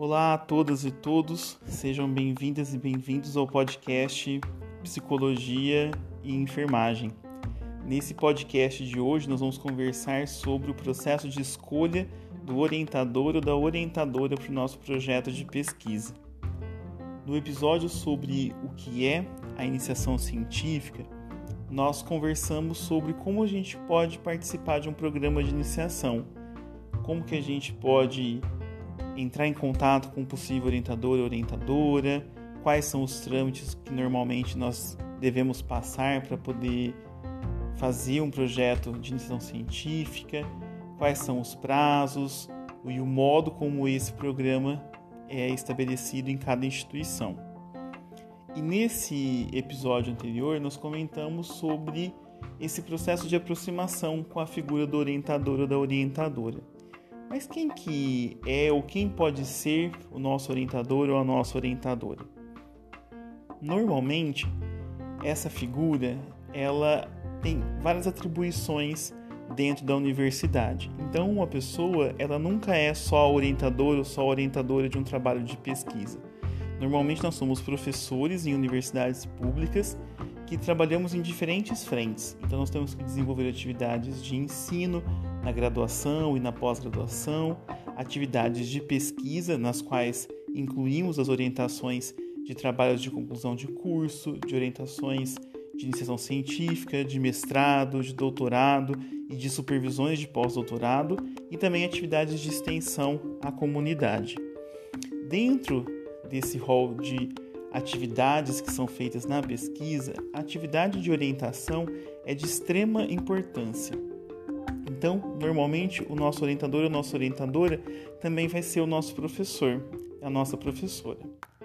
Olá a todas e todos, sejam bem-vindas e bem-vindos ao podcast Psicologia e Enfermagem. Nesse podcast de hoje nós vamos conversar sobre o processo de escolha do orientador ou da orientadora para o nosso projeto de pesquisa. No episódio sobre o que é a iniciação científica, nós conversamos sobre como a gente pode participar de um programa de iniciação, como que a gente pode entrar em contato com um possível orientador ou orientadora, quais são os trâmites que normalmente nós devemos passar para poder fazer um projeto de iniciação científica, quais são os prazos e o modo como esse programa é estabelecido em cada instituição. E nesse episódio anterior nós comentamos sobre esse processo de aproximação com a figura do orientador ou da orientadora. Mas quem que é ou quem pode ser o nosso orientador ou a nossa orientadora? Normalmente, essa figura ela tem várias atribuições dentro da universidade. Então, uma pessoa ela nunca é só orientador ou só orientadora de um trabalho de pesquisa. Normalmente, nós somos professores em universidades públicas que trabalhamos em diferentes frentes. Então, nós temos que desenvolver atividades de ensino na graduação e na pós-graduação, atividades de pesquisa, nas quais incluímos as orientações de trabalhos de conclusão de curso, de orientações de iniciação científica, de mestrado, de doutorado e de supervisões de pós-doutorado, e também atividades de extensão à comunidade. Dentro desse rol de atividades que são feitas na pesquisa, a atividade de orientação é de extrema importância. Então, normalmente, o nosso orientador ou a nossa orientadora também vai ser o nosso professor, a nossa professora.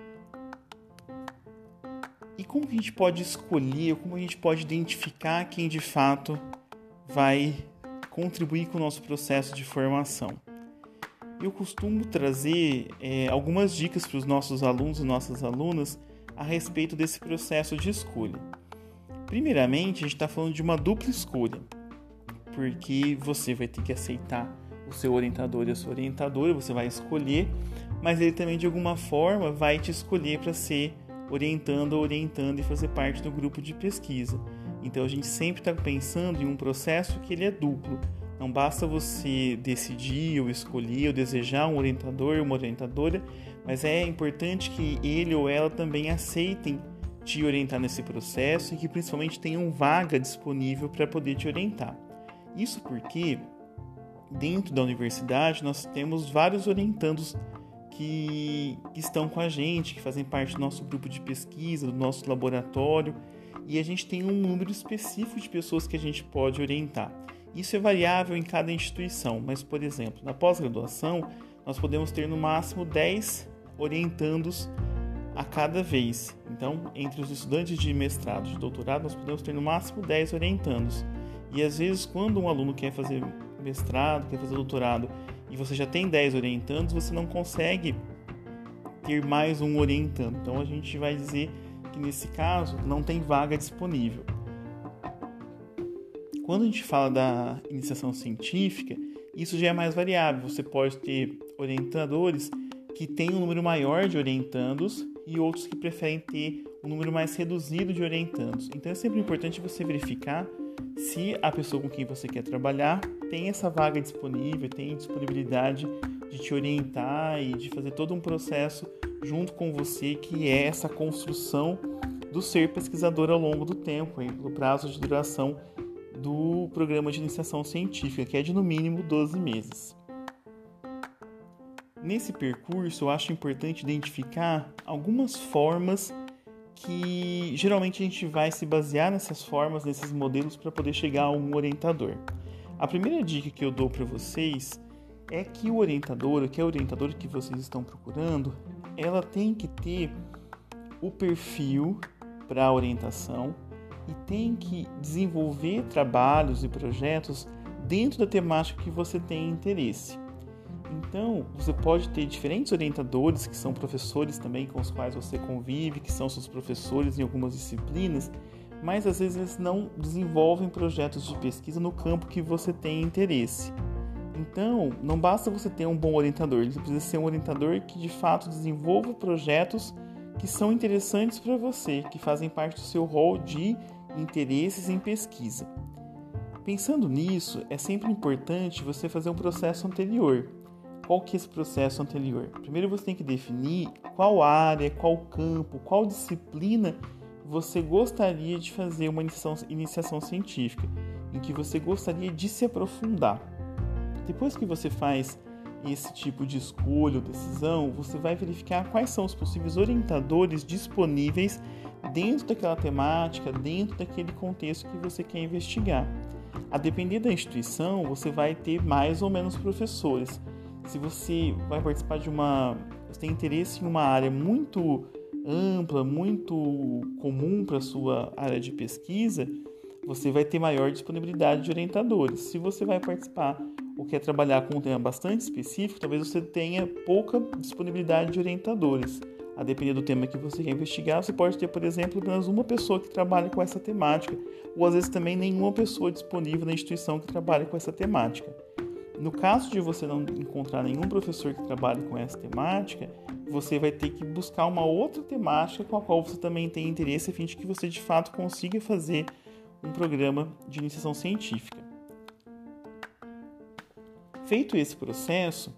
E como a gente pode escolher, como a gente pode identificar quem de fato vai contribuir com o nosso processo de formação? Eu costumo trazer algumas dicas para os nossos alunos e nossas alunas a respeito desse processo de escolha. Primeiramente, a gente está falando de uma dupla escolha, porque você vai ter que aceitar o seu orientador e a sua orientadora, você vai escolher, mas ele também de alguma forma vai te escolher para ser orientando e fazer parte do grupo de pesquisa. Então a gente sempre está pensando em um processo que ele é duplo. Não basta você decidir ou escolher ou desejar um orientador ou uma orientadora, mas é importante que ele ou ela também aceitem te orientar nesse processo e que principalmente tenham vaga disponível para poder te orientar. Isso porque dentro da universidade nós temos vários orientandos que estão com a gente, que fazem parte do nosso grupo de pesquisa, do nosso laboratório, e a gente tem um número específico de pessoas que a gente pode orientar. Isso é variável em cada instituição, mas, por exemplo, na pós-graduação, nós podemos ter no máximo 10 orientandos a cada vez. Então, entre os estudantes de mestrado e de doutorado, nós podemos ter no máximo 10 orientandos. E às vezes, quando um aluno quer fazer mestrado, quer fazer doutorado, e você já tem 10 orientandos, você não consegue ter mais um orientando. Então, a gente vai dizer que, nesse caso, não tem vaga disponível. Quando a gente fala da iniciação científica, isso já é mais variável. Você pode ter orientadores que têm um número maior de orientandos e outros que preferem ter um número mais reduzido de orientandos. Então, é sempre importante você verificar se a pessoa com quem você quer trabalhar tem essa vaga disponível, tem disponibilidade de te orientar e de fazer todo um processo junto com você, que é essa construção do ser pesquisador ao longo do tempo, pelo prazo de duração do programa de iniciação científica, que é de no mínimo 12 meses. Nesse percurso, eu acho importante identificar algumas formas que geralmente a gente vai se basear nessas formas, nesses modelos, para poder chegar a um orientador. A primeira dica que eu dou para vocês é que o orientador, que é a orientadora que vocês estão procurando, ela tem que ter o perfil para a orientação e tem que desenvolver trabalhos e projetos dentro da temática que você tem interesse. Então, você pode ter diferentes orientadores que são professores também com os quais você convive, que são seus professores em algumas disciplinas, mas às vezes eles não desenvolvem projetos de pesquisa no campo que você tem interesse. Então, não basta você ter um bom orientador, você precisa ser um orientador que de fato desenvolva projetos que são interessantes para você, que fazem parte do seu rol de interesses em pesquisa. Pensando nisso, é sempre importante você fazer um processo anterior. Qual que é esse processo anterior? Primeiro você tem que definir qual área, qual campo, qual disciplina você gostaria de fazer uma iniciação científica, em que você gostaria de se aprofundar. Depois que você faz esse tipo de escolha ou decisão, você vai verificar quais são os possíveis orientadores disponíveis dentro daquela temática, dentro daquele contexto que você quer investigar. A depender da instituição, você vai ter mais ou menos professores. Se você vai participar você tem interesse em uma área muito ampla, muito comum para a sua área de pesquisa, você vai ter maior disponibilidade de orientadores. Se você vai participar ou quer trabalhar com um tema bastante específico, talvez você tenha pouca disponibilidade de orientadores. A depender do tema que você quer investigar, você pode ter, por exemplo, apenas uma pessoa que trabalha com essa temática, ou às vezes também nenhuma pessoa disponível na instituição que trabalha com essa temática. No caso de você não encontrar nenhum professor que trabalhe com essa temática, você vai ter que buscar uma outra temática com a qual você também tem interesse, a fim de que você de fato consiga fazer um programa de iniciação científica. Feito esse processo,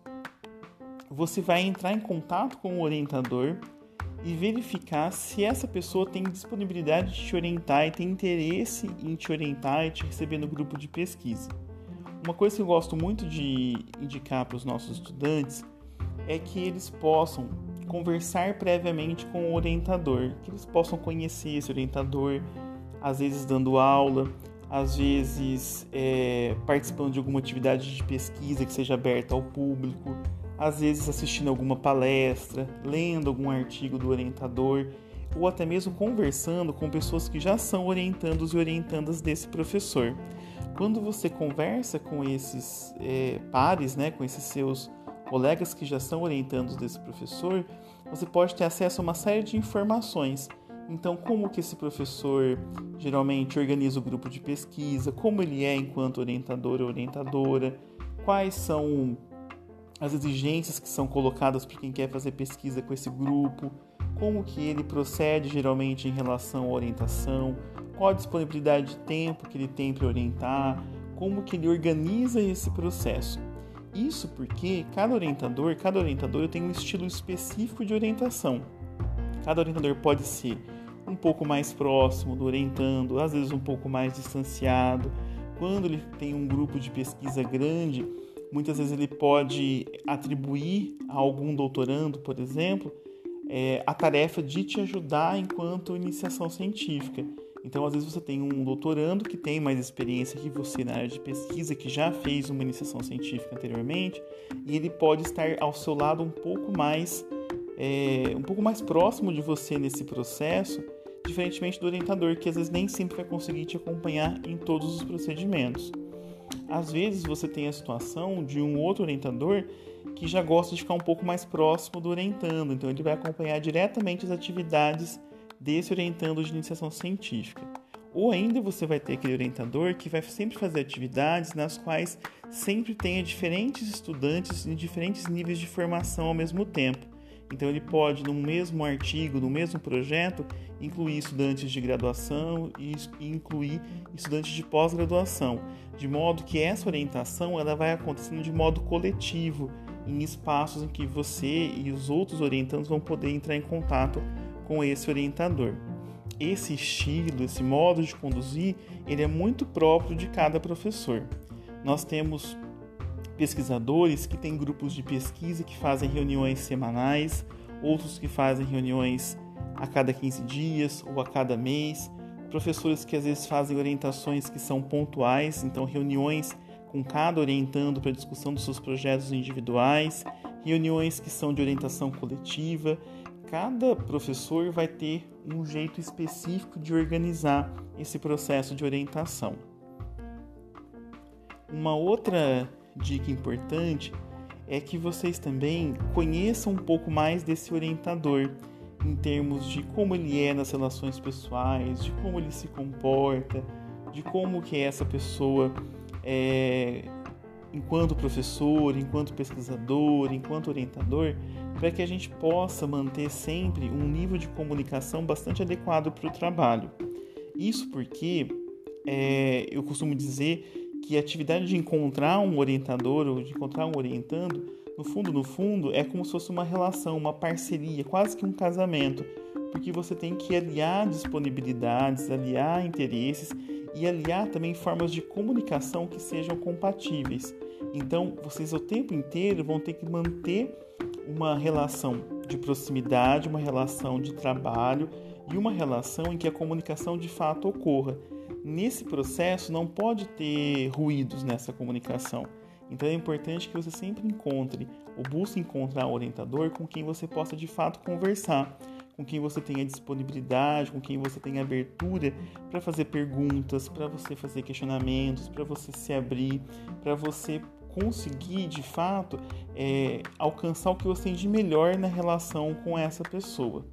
você vai entrar em contato com o orientador e verificar se essa pessoa tem disponibilidade de te orientar e tem interesse em te orientar e te receber no grupo de pesquisa. Uma coisa que eu gosto muito de indicar para os nossos estudantes é que eles possam conversar previamente com o orientador, que eles possam conhecer esse orientador, às vezes dando aula, às vezes participando de alguma atividade de pesquisa que seja aberta ao público, às vezes assistindo alguma palestra, lendo algum artigo do orientador, ou até mesmo conversando com pessoas que já são orientandos e orientandas desse professor. Quando você conversa com esses pares, com esses seus colegas que já são orientandos desse professor, você pode ter acesso a uma série de informações. Então, como que esse professor geralmente organiza o grupo de pesquisa, como ele é enquanto orientador ou orientadora, quais são as exigências que são colocadas por quem quer fazer pesquisa com esse grupo, como que ele procede geralmente em relação à orientação, qual a disponibilidade de tempo que ele tem para orientar, como que ele organiza esse processo. Isso porque cada orientador tem um estilo específico de orientação. Cada orientador pode ser um pouco mais próximo do orientando, às vezes um pouco mais distanciado. Quando ele tem um grupo de pesquisa grande, muitas vezes ele pode atribuir a algum doutorando, por exemplo, a tarefa de te ajudar enquanto iniciação científica. Então, às vezes você tem um doutorando que tem mais experiência que você na área de pesquisa, que já fez uma iniciação científica anteriormente, e ele pode estar ao seu lado um pouco mais próximo de você nesse processo, diferentemente do orientador, que às vezes nem sempre vai conseguir te acompanhar em todos os procedimentos. Às vezes você tem a situação de um outro orientador que já gosta de ficar um pouco mais próximo do orientando, então ele vai acompanhar diretamente as atividades desse orientando de iniciação científica. Ou ainda você vai ter aquele orientador que vai sempre fazer atividades nas quais sempre tenha diferentes estudantes em diferentes níveis de formação ao mesmo tempo. Então ele pode, no mesmo artigo, no mesmo projeto, incluir estudantes de graduação e incluir estudantes de pós-graduação, de modo que essa orientação ela vai acontecendo de modo coletivo, em espaços em que você e os outros orientandos vão poder entrar em contato com esse orientador. Esse estilo, esse modo de conduzir, ele é muito próprio de cada professor. Nós temos pesquisadores que têm grupos de pesquisa que fazem reuniões semanais, outros que fazem reuniões a cada 15 dias ou a cada mês, professores que às vezes fazem orientações que são pontuais, então reuniões com cada orientando para discussão dos seus projetos individuais, reuniões que são de orientação coletiva. Cada professor vai ter um jeito específico de organizar esse processo de orientação. Uma outra dica importante é que vocês também conheçam um pouco mais desse orientador, em termos de como ele é nas relações pessoais, de como ele se comporta, de como que essa pessoa enquanto professor, enquanto pesquisador, enquanto orientador, para que a gente possa manter sempre um nível de comunicação bastante adequado para o trabalho. Isso porque eu costumo dizer que a atividade de encontrar um orientador ou de encontrar um orientando, no fundo, é como se fosse uma relação, uma parceria, quase que um casamento, porque você tem que aliar disponibilidades, aliar interesses e aliar também formas de comunicação que sejam compatíveis. Então, vocês o tempo inteiro vão ter que manter uma relação de proximidade, uma relação de trabalho e uma relação em que a comunicação de fato ocorra. Nesse processo não pode ter ruídos nessa comunicação. Então é importante que você sempre encontre ou busque encontrar um orientador com quem você possa de fato conversar, com quem você tenha disponibilidade, com quem você tenha abertura para fazer perguntas, para você fazer questionamentos, para você se abrir, para você conseguir de fato alcançar o que você tem de melhor na relação com essa pessoa.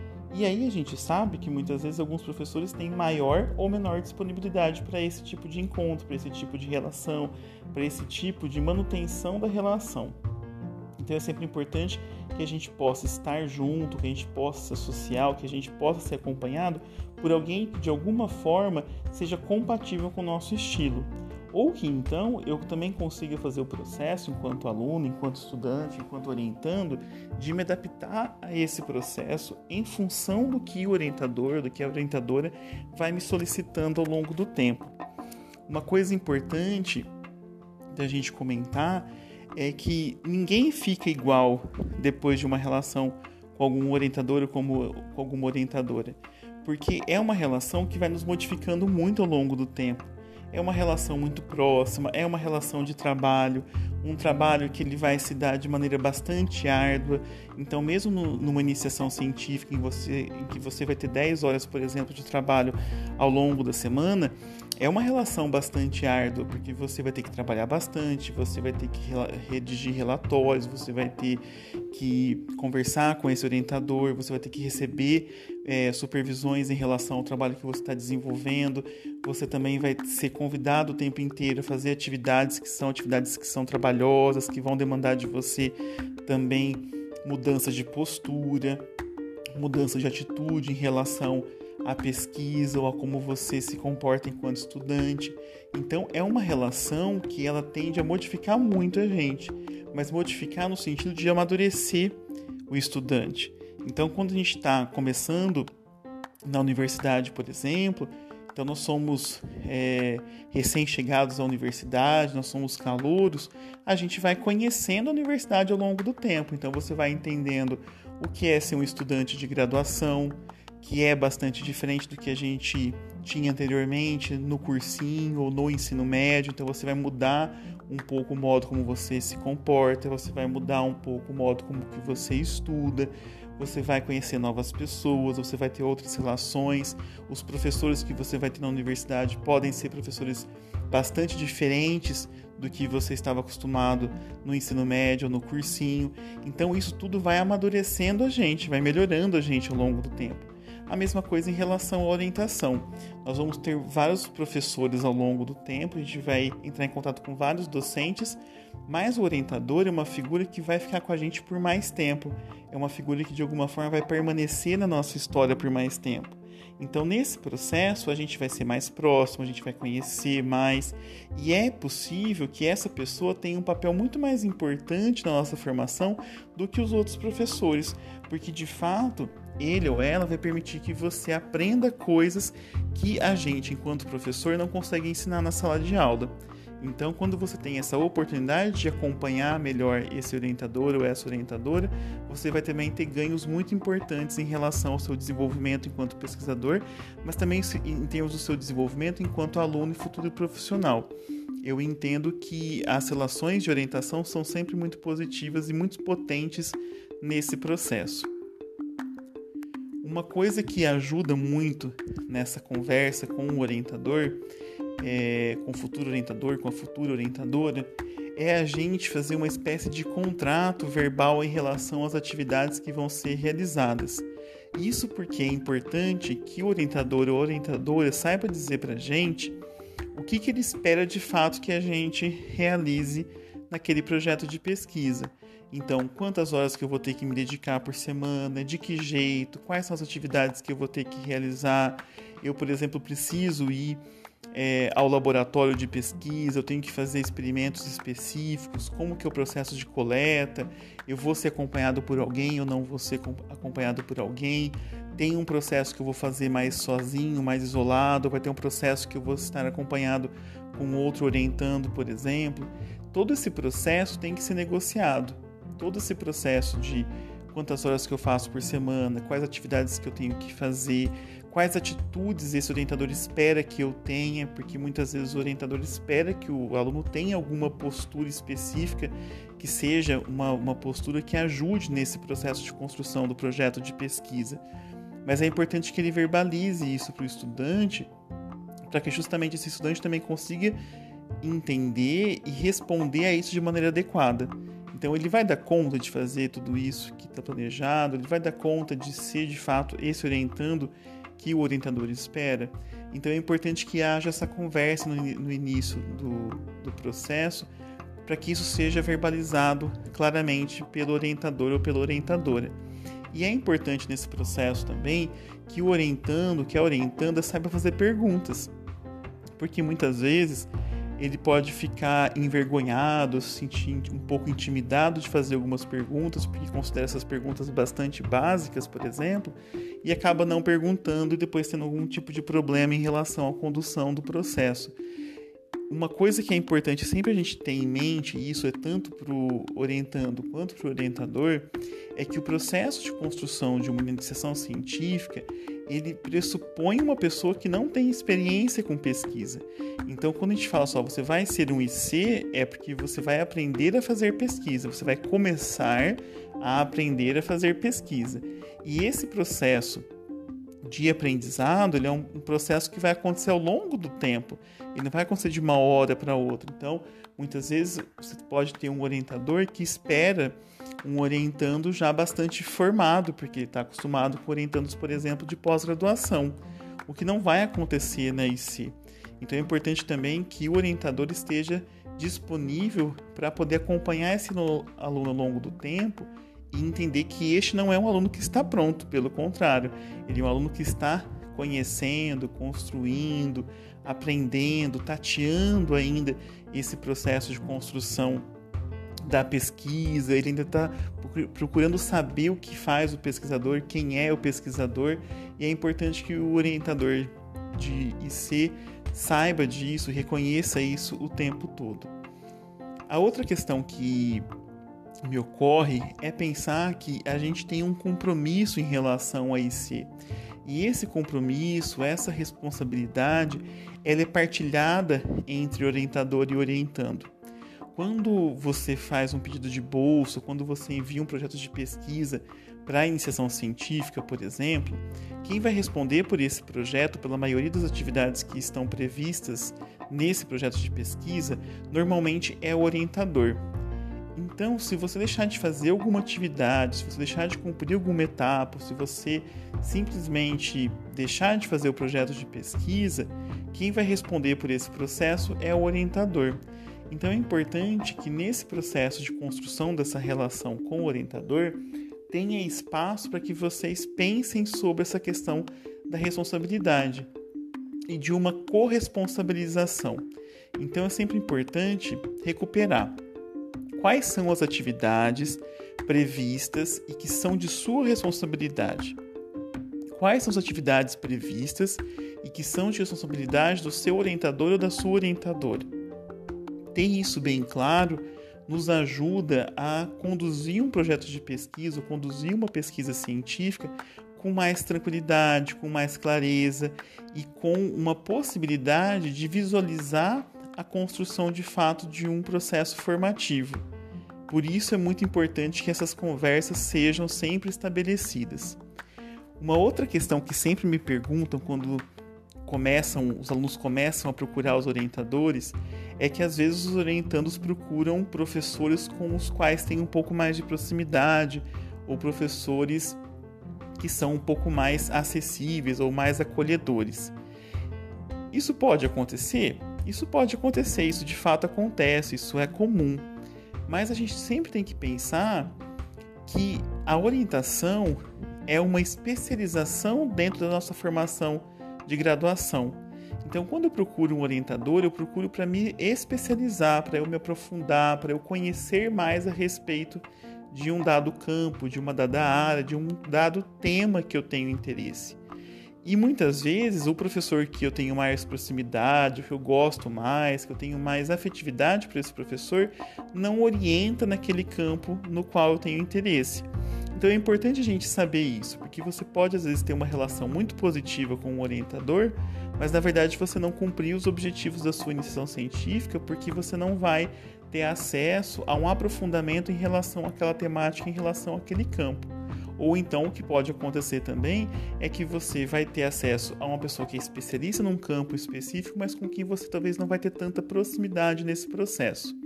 E aí a gente sabe que muitas vezes alguns professores têm maior ou menor disponibilidade para esse tipo de encontro, para esse tipo de relação, para esse tipo de manutenção da relação. Então é sempre importante que a gente possa estar junto, que a gente possa ser social, que a gente possa ser acompanhado por alguém que de alguma forma seja compatível com o nosso estilo. Ou que então eu também consiga fazer o processo enquanto aluno, enquanto estudante, enquanto orientando, de me adaptar a esse processo em função do que o orientador, do que a orientadora vai me solicitando ao longo do tempo. Uma coisa importante da gente comentar é que ninguém fica igual depois de uma relação com algum orientador ou com alguma orientadora, porque é uma relação que vai nos modificando muito ao longo do tempo. É uma relação muito próxima, é uma relação de trabalho, um trabalho que ele vai se dar de maneira bastante árdua. Então, mesmo numa iniciação científica em que você vai ter 10 horas, por exemplo, de trabalho ao longo da semana, é uma relação bastante árdua, porque você vai ter que trabalhar bastante, você vai ter que redigir relatórios, você vai ter que conversar com esse orientador, você vai ter que receber supervisões em relação ao trabalho que você está desenvolvendo, você também vai ser convidado o tempo inteiro a fazer atividades que são trabalhosas, que vão demandar de você também mudança de postura, mudança de atitude em relação à pesquisa ou a como você se comporta enquanto estudante. Então é uma relação que ela tende a modificar muito a gente, mas modificar no sentido de amadurecer o estudante. Então quando a gente está começando na universidade, por exemplo, então nós somos recém-chegados à universidade, nós somos calouros, a gente vai conhecendo a universidade ao longo do tempo. Então você vai entendendo o que é ser um estudante de graduação, que é bastante diferente do que a gente tinha anteriormente no cursinho ou no ensino médio. Então você vai mudar um pouco o modo como você se comporta, você vai mudar um pouco o modo como que você estuda, você vai conhecer novas pessoas, você vai ter outras relações. Os professores que você vai ter na universidade podem ser professores bastante diferentes do que você estava acostumado no ensino médio ou no cursinho. Então isso tudo vai amadurecendo a gente, vai melhorando a gente ao longo do tempo. A mesma coisa em relação à orientação. Nós vamos ter vários professores ao longo do tempo, a gente vai entrar em contato com vários docentes, mas o orientador é uma figura que vai ficar com a gente por mais tempo. É uma figura que de alguma forma vai permanecer na nossa história por mais tempo. Então nesse processo a gente vai ser mais próximo, a gente vai conhecer mais, e é possível que essa pessoa tenha um papel muito mais importante na nossa formação do que os outros professores, porque de fato ele ou ela vai permitir que você aprenda coisas que a gente, enquanto professor, não consegue ensinar na sala de aula. Então, quando você tem essa oportunidade de acompanhar melhor esse orientador ou essa orientadora, você vai também ter ganhos muito importantes em relação ao seu desenvolvimento enquanto pesquisador, mas também em termos do seu desenvolvimento enquanto aluno e futuro profissional. Eu entendo que as relações de orientação são sempre muito positivas e muito potentes nesse processo. Uma coisa que ajuda muito nessa conversa com o orientador, com o futuro orientador, com a futura orientadora, é a gente fazer uma espécie de contrato verbal em relação às atividades que vão ser realizadas. Isso porque é importante que o orientador ou orientadora saiba dizer para a gente o que ele espera de fato que a gente realize naquele projeto de pesquisa. Então, quantas horas que eu vou ter que me dedicar por semana, de que jeito, quais são as atividades que eu vou ter que realizar. Eu, por exemplo, preciso ir ao laboratório de pesquisa, eu tenho que fazer experimentos específicos, como que é o processo de coleta, eu vou ser acompanhado por alguém ou não vou ser acompanhado por alguém, tem um processo que eu vou fazer mais sozinho, mais isolado, vai ter um processo que eu vou estar acompanhado com outro orientando, por exemplo. Todo esse processo tem que ser negociado, todo esse processo de quantas horas que eu faço por semana, quais atividades que eu tenho que fazer, quais atitudes esse orientador espera que eu tenha, porque muitas vezes o orientador espera que o aluno tenha alguma postura específica, que seja uma postura que ajude nesse processo de construção do projeto de pesquisa. Mas é importante que ele verbalize isso para o estudante, para que justamente esse estudante também consiga entender e responder a isso de maneira adequada. Então ele vai dar conta de fazer tudo isso que está planejado, ele vai dar conta de ser de fato esse orientando que o orientador espera. Então é importante que haja essa conversa no início do processo, para que isso seja verbalizado claramente pelo orientador ou pela orientadora. E é importante nesse processo também que o orientando, que a orientanda saiba fazer perguntas, porque muitas vezes ele pode ficar envergonhado, se sentir um pouco intimidado de fazer algumas perguntas, porque considera essas perguntas bastante básicas, por exemplo, e acaba não perguntando e depois tendo algum tipo de problema em relação à condução do processo. Uma coisa que é importante sempre a gente ter em mente, e isso é tanto para o orientando quanto para o orientador, é que o processo de construção de uma iniciação científica, ele pressupõe uma pessoa que não tem experiência com pesquisa. Então, quando a gente fala só, você vai ser um IC, é porque você vai aprender a fazer pesquisa, você vai começar a aprender a fazer pesquisa. E esse processo de aprendizado, ele é um processo que vai acontecer ao longo do tempo. Ele não vai acontecer de uma hora para outra. Então, muitas vezes, você pode ter um orientador que espera um orientando já bastante formado, porque ele está acostumado com orientandos, por exemplo, de pós-graduação, o que não vai acontecer na IC. Então, é importante também que o orientador esteja disponível para poder acompanhar esse aluno ao longo do tempo e entender que este não é um aluno que está pronto, pelo contrário, ele é um aluno que está conhecendo, construindo, aprendendo, tateando ainda esse processo de construção da pesquisa, ele ainda está procurando saber o que faz o pesquisador, quem é o pesquisador, e é importante que o orientador de IC saiba disso, reconheça isso o tempo todo. A outra questão que me ocorre é pensar que a gente tem um compromisso em relação a IC. E esse compromisso, essa responsabilidade, ela é partilhada entre orientador e orientando. Quando você faz um pedido de bolsa, quando você envia um projeto de pesquisa para a iniciação científica, por exemplo, quem vai responder por esse projeto, pela maioria das atividades que estão previstas nesse projeto de pesquisa, normalmente é o orientador. Então, se você deixar de fazer alguma atividade, se você deixar de cumprir alguma etapa, se você simplesmente deixar de fazer o projeto de pesquisa, quem vai responder por esse processo é o orientador. Então, é importante que nesse processo de construção dessa relação com o orientador, tenha espaço para que vocês pensem sobre essa questão da responsabilidade e de uma corresponsabilização. Então, é sempre importante recuperar quais são as atividades previstas e que são de sua responsabilidade. Quais são as atividades previstas e que são de responsabilidade do seu orientador ou da sua orientadora. Ter isso bem claro nos ajuda a conduzir um projeto de pesquisa, ou conduzir uma pesquisa científica com mais tranquilidade, com mais clareza e com uma possibilidade de visualizar a construção de fato de um processo formativo. Por isso é muito importante que essas conversas sejam sempre estabelecidas. Uma outra questão que sempre me perguntam quando os alunos começam a procurar os orientadores é que às vezes os orientandos procuram professores com os quais têm um pouco mais de proximidade ou professores que são um pouco mais acessíveis ou mais acolhedores. Isso pode acontecer? Isso pode acontecer, isso de fato acontece, isso é comum. Mas a gente sempre tem que pensar que a orientação é uma especialização dentro da nossa formação de graduação. Então, quando eu procuro um orientador, eu procuro para me especializar, para eu me aprofundar, para eu conhecer mais a respeito de um dado campo, de uma dada área, de um dado tema que eu tenho interesse. E muitas vezes o professor que eu tenho mais proximidade, que eu gosto mais, que eu tenho mais afetividade para esse professor, não orienta naquele campo no qual eu tenho interesse. Então é importante a gente saber isso, porque você pode às vezes ter uma relação muito positiva com o orientador, mas na verdade você não cumpriu os objetivos da sua iniciação científica porque você não vai ter acesso a um aprofundamento em relação àquela temática, em relação àquele campo. Ou então o que pode acontecer também é que você vai ter acesso a uma pessoa que é especialista num campo específico, mas com quem você talvez não vai ter tanta proximidade nesse processo.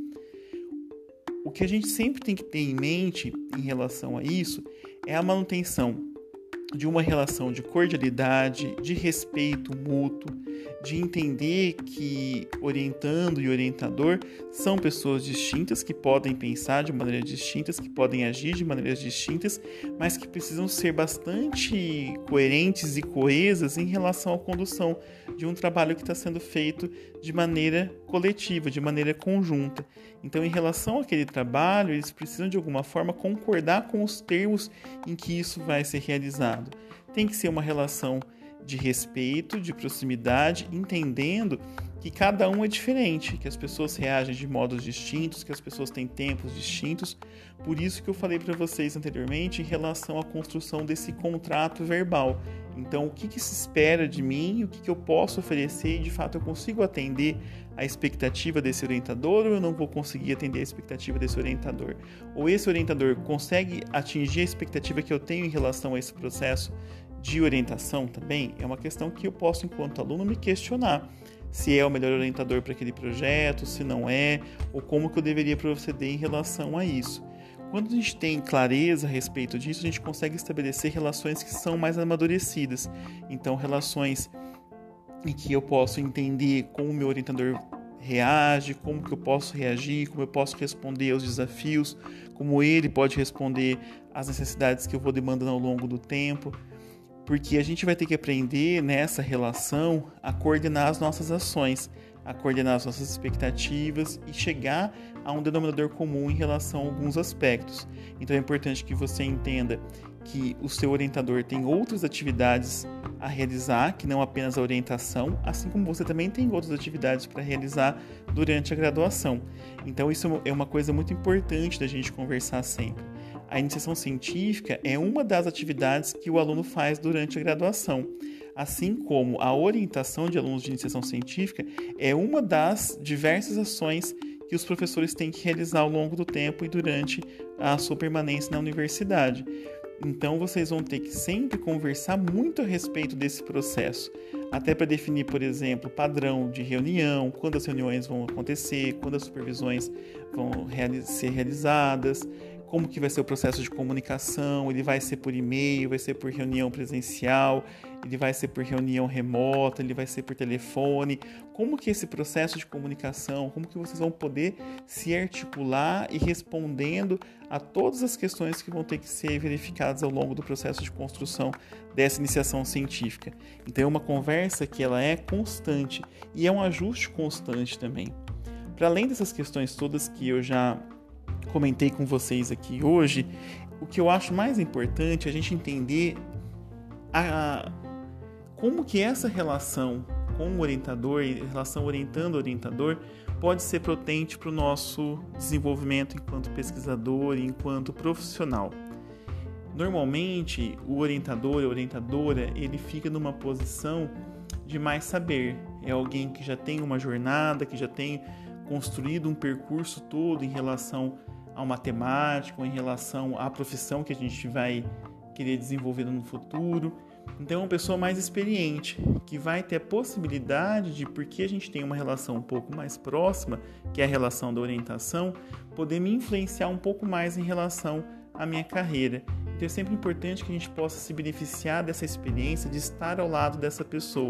O que a gente sempre tem que ter em mente em relação a isso é a manutenção de uma relação de cordialidade, de respeito mútuo, de entender que orientando e orientador são pessoas distintas, que podem pensar de maneiras distintas, que podem agir de maneiras distintas, mas que precisam ser bastante coerentes e coesas em relação à condução de um trabalho que está sendo feito de maneira coletiva, de maneira conjunta. Então, em relação àquele trabalho, eles precisam de alguma forma concordar com os termos em que isso vai ser realizado. Tem que ser uma relação de respeito, de proximidade, entendendo que cada um é diferente, que as pessoas reagem de modos distintos, que as pessoas têm tempos distintos. Por isso que eu falei para vocês anteriormente em relação à construção desse contrato verbal. Então, o que se espera de mim, o que eu posso oferecer e, de fato, eu consigo atender a expectativa desse orientador ou eu não vou conseguir atender a expectativa desse orientador? Ou esse orientador consegue atingir a expectativa que eu tenho em relação a esse processo de orientação também? É uma questão que eu posso, enquanto aluno, me questionar se é o melhor orientador para aquele projeto, se não é, ou como que eu deveria proceder em relação a isso. Quando a gente tem clareza a respeito disso, a gente consegue estabelecer relações que são mais amadurecidas. Então, relações em que eu posso entender como o meu orientador reage, como que eu posso reagir, como eu posso responder aos desafios, como ele pode responder às necessidades que eu vou demandando ao longo do tempo. Porque a gente vai ter que aprender nessa relação a coordenar as nossas ações, a coordenar as nossas expectativas e chegar a um denominador comum em relação a alguns aspectos. Então é importante que você entenda que o seu orientador tem outras atividades a realizar, que não apenas a orientação, assim como você também tem outras atividades para realizar durante a graduação. Então isso é uma coisa muito importante da gente conversar sempre. A iniciação científica é uma das atividades que o aluno faz durante a graduação, assim como a orientação de alunos de iniciação científica é uma das diversas ações que os professores têm que realizar ao longo do tempo e durante a sua permanência na universidade. Então, vocês vão ter que sempre conversar muito a respeito desse processo, até para definir, por exemplo, padrão de reunião, quando as reuniões vão acontecer, quando as supervisões vão ser realizadas, como que vai ser o processo de comunicação, ele vai ser por e-mail, vai ser por reunião presencial, ele vai ser por reunião remota, ele vai ser por telefone, como que esse processo de comunicação, como que vocês vão poder se articular e respondendo a todas as questões que vão ter que ser verificadas ao longo do processo de construção dessa iniciação científica. Então é uma conversa que ela é constante e é um ajuste constante também. Para além dessas questões todas que eu já comentei com vocês aqui hoje, o que eu acho mais importante é a gente entender como que essa relação com o orientador, relação orientando-orientador, pode ser potente para o nosso desenvolvimento enquanto pesquisador e enquanto profissional. Normalmente, o orientador, a orientadora, ele fica numa posição de mais saber. É alguém que já tem uma jornada, que já tem construído um percurso todo em relação ao matemático, em relação à profissão que a gente vai querer desenvolver no futuro. Então é uma pessoa mais experiente, que vai ter a possibilidade de, porque a gente tem uma relação um pouco mais próxima, que é a relação da orientação, poder me influenciar um pouco mais em relação à minha carreira. Então é sempre importante que a gente possa se beneficiar dessa experiência de estar ao lado dessa pessoa,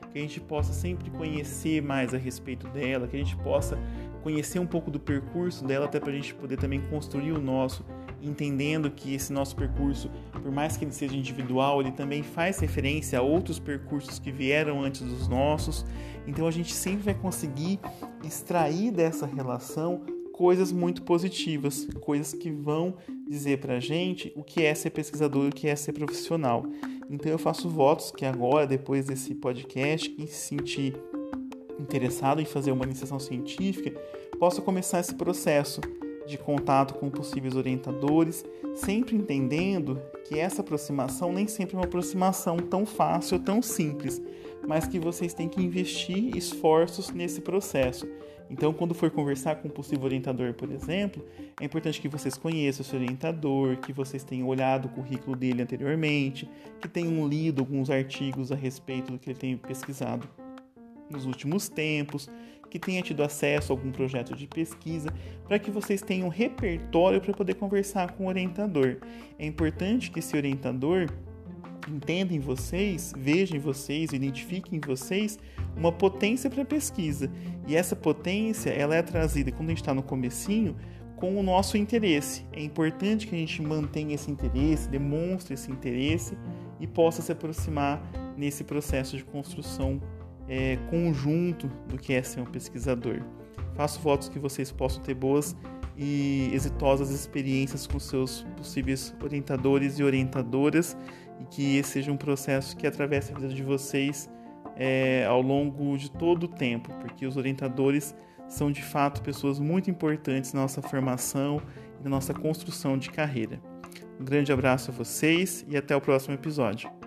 que a gente possa sempre conhecer mais a respeito dela, que a gente possa conhecer um pouco do percurso dela, até para a gente poder também construir o nosso, entendendo que esse nosso percurso, por mais que ele seja individual, ele também faz referência a outros percursos que vieram antes dos nossos. Então a gente sempre vai conseguir extrair dessa relação coisas muito positivas, coisas que vão dizer pra gente o que é ser pesquisador, o que é ser profissional. Então eu faço votos que agora, depois desse podcast, quem se sentir interessado em fazer uma iniciação científica, possa começar esse processo de contato com possíveis orientadores, sempre entendendo que essa aproximação nem sempre é uma aproximação tão fácil, tão simples, mas que vocês têm que investir esforços nesse processo. Então, quando for conversar com um possível orientador, por exemplo, é importante que vocês conheçam o seu orientador, que vocês tenham olhado o currículo dele anteriormente, que tenham lido alguns artigos a respeito do que ele tem pesquisado nos últimos tempos, que tenha tido acesso a algum projeto de pesquisa, para que vocês tenham um repertório para poder conversar com o orientador. É importante que esse orientador entenda em vocês, veja em vocês, identifique em vocês uma potência para a pesquisa. E essa potência, ela é trazida, quando a gente está no comecinho, com o nosso interesse. É importante que a gente mantenha esse interesse, demonstre esse interesse e possa se aproximar nesse processo de construção conjunto do que é ser um pesquisador. Faço votos que vocês possam ter boas e exitosas experiências com seus possíveis orientadores e orientadoras, e que esse seja um processo que atravesse a vida de vocês ao longo de todo o tempo, porque os orientadores são de fato pessoas muito importantes na nossa formação e na nossa construção de carreira. Um grande abraço a vocês e até o próximo episódio.